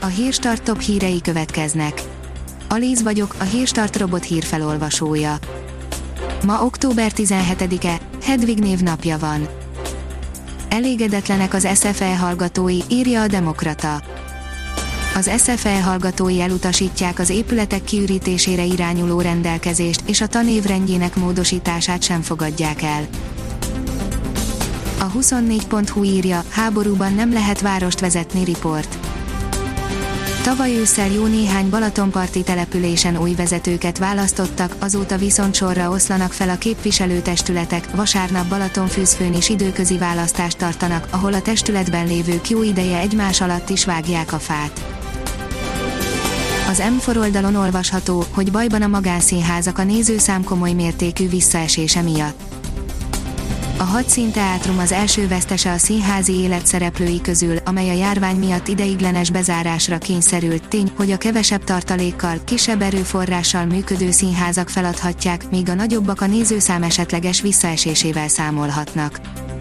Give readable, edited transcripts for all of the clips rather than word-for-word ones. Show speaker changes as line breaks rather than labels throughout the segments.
A Hírstart top hírei következnek. Alíz vagyok, a Hírstart robot hírfelolvasója. Ma október 17-e, Hedvig névnapja van. Elégedetlenek az SFE hallgatói, írja a Demokrata. Az SFE hallgatói elutasítják az épületek kiürítésére irányuló rendelkezést, és a tanévrendjének módosítását sem fogadják el. A 24.hu írja, háborúban nem lehet várost vezetni riport. Tavaly ősszel jó néhány balatonparti településen új vezetőket választottak, azóta viszont sorra oszlanak fel a képviselőtestületek, vasárnap Balatonfűzfőn is időközi választást tartanak, ahol a testületben lévők jó ideje egymás alatt is vágják a fát. Az M4 oldalon olvasható, hogy bajban a magánszínházak a nézőszám komoly mértékű visszaesése miatt. A Hadszínteátrum az első vesztese a színházi élet szereplői közül, amely a járvány miatt ideiglenes bezárásra kényszerült. Tény, hogy a kevesebb tartalékkal, kisebb erőforrással működő színházak feladhatják, míg a nagyobbak a nézőszám esetleges visszaesésével számolhatnak.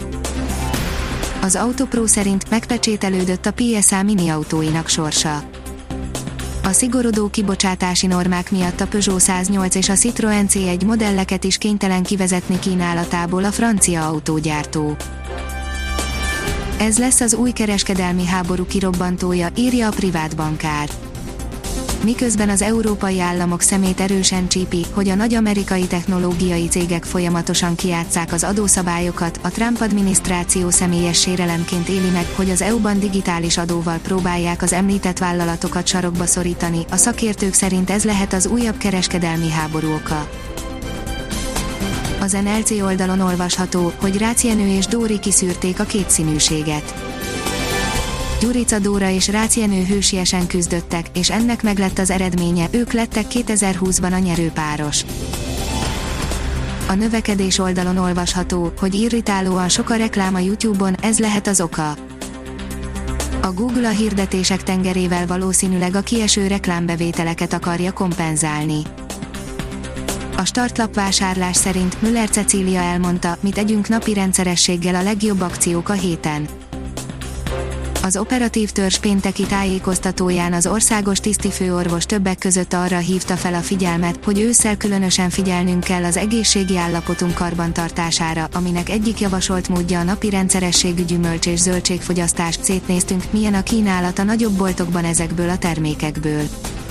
Az Autopro szerint megpecsételődött a PSA mini autóinak sorsa. A szigorodó kibocsátási normák miatt a Peugeot 108 és a Citroën C1 modelleket is kénytelen kivezetni kínálatából a francia autógyártó. Ez lesz az új kereskedelmi háború kirobbantója, írja a privát bankár. Miközben az európai államok szemét erősen csípi, hogy a nagy amerikai technológiai cégek folyamatosan kijátsszák az adószabályokat, a Trump adminisztráció személyes sérelemként éli meg, hogy az EU-ban digitális adóval próbálják az említett vállalatokat sarokba szorítani. A szakértők szerint ez lehet az újabb kereskedelmi háború oka. Az NLC oldalon olvasható, hogy Rácz Jenő és Dóri kiszűrték a kétszínűséget. Gyurica Dóra és Rácz Jenő hősiesen küzdöttek, és ennek meglett az eredménye, ők lettek 2020-ban a nyerőpáros. A növekedés oldalon olvasható, hogy irritálóan sok a reklám a YouTube-on, ez lehet az oka. A Google a hirdetések tengerével valószínűleg a kieső reklámbevételeket akarja kompenzálni. A startlap vásárlás szerint Müller Cecília elmondta, mit együnk napi rendszerességgel a legjobb akciók a héten. Az operatív törzs pénteki tájékoztatóján az országos tisztifőorvos többek között arra hívta fel a figyelmet, hogy ősszel különösen figyelnünk kell az egészségi állapotunk karbantartására, aminek egyik javasolt módja a napi rendszerességű gyümölcs és zöldségfogyasztás. Szétnéztünk, milyen a kínálat a nagyobb boltokban ezekből a termékekből.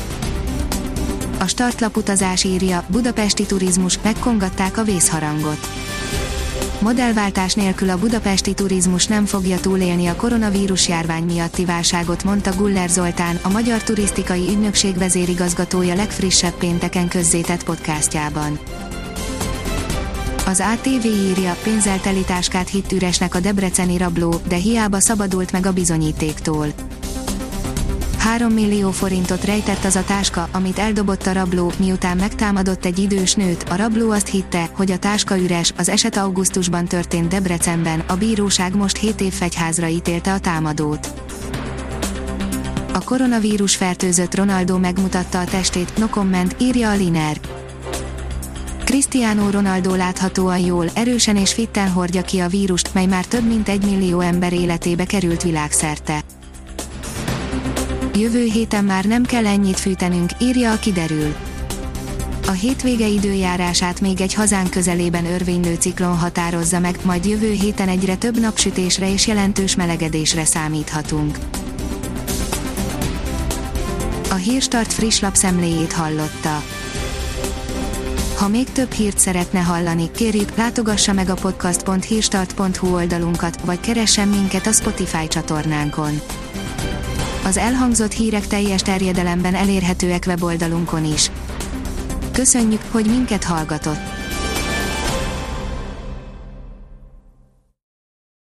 A startlap utazás írja, budapesti turizmus, megkongatták a vészharangot. Modellváltás nélkül a budapesti turizmus nem fogja túlélni a koronavírus járvány miatti válságot, mondta Guller Zoltán, a Magyar Turisztikai Ügynökség vezérigazgatója legfrissebb pénteken közzétett podcastjában. Az ATV írja, pénzzel teli táskát hitt üresnek a debreceni rabló, de hiába szabadult meg a bizonyítéktól. 3 millió forintot rejtett az a táska, amit eldobott a rabló, miután megtámadott egy idős nőt. A rabló azt hitte, hogy a táska üres, az eset augusztusban történt Debrecenben, a bíróság most 7 év fegyházra ítélte a támadót. A koronavírus fertőzött Ronaldo megmutatta a testét, no comment, írja a Liner. Cristiano Ronaldo láthatóan jól, erősen és fitten hordja ki a vírust, mely már több mint 1 millió ember életébe került világszerte. Jövő héten már nem kell ennyit fűtenünk, írja a Kiderül. A hétvége időjárását még egy hazánk közelében örvénylő ciklon határozza meg, majd jövő héten egyre több napsütésre és jelentős melegedésre számíthatunk. A Hírstart friss lapszemléjét hallotta. Ha még több hírt szeretne hallani, kérjük, látogassa meg a podcast.hírstart.hu oldalunkat, vagy keressen minket a Spotify csatornánkon. Az elhangzott hírek teljes terjedelemben elérhetőek weboldalunkon is. Köszönjük, hogy minket hallgatott!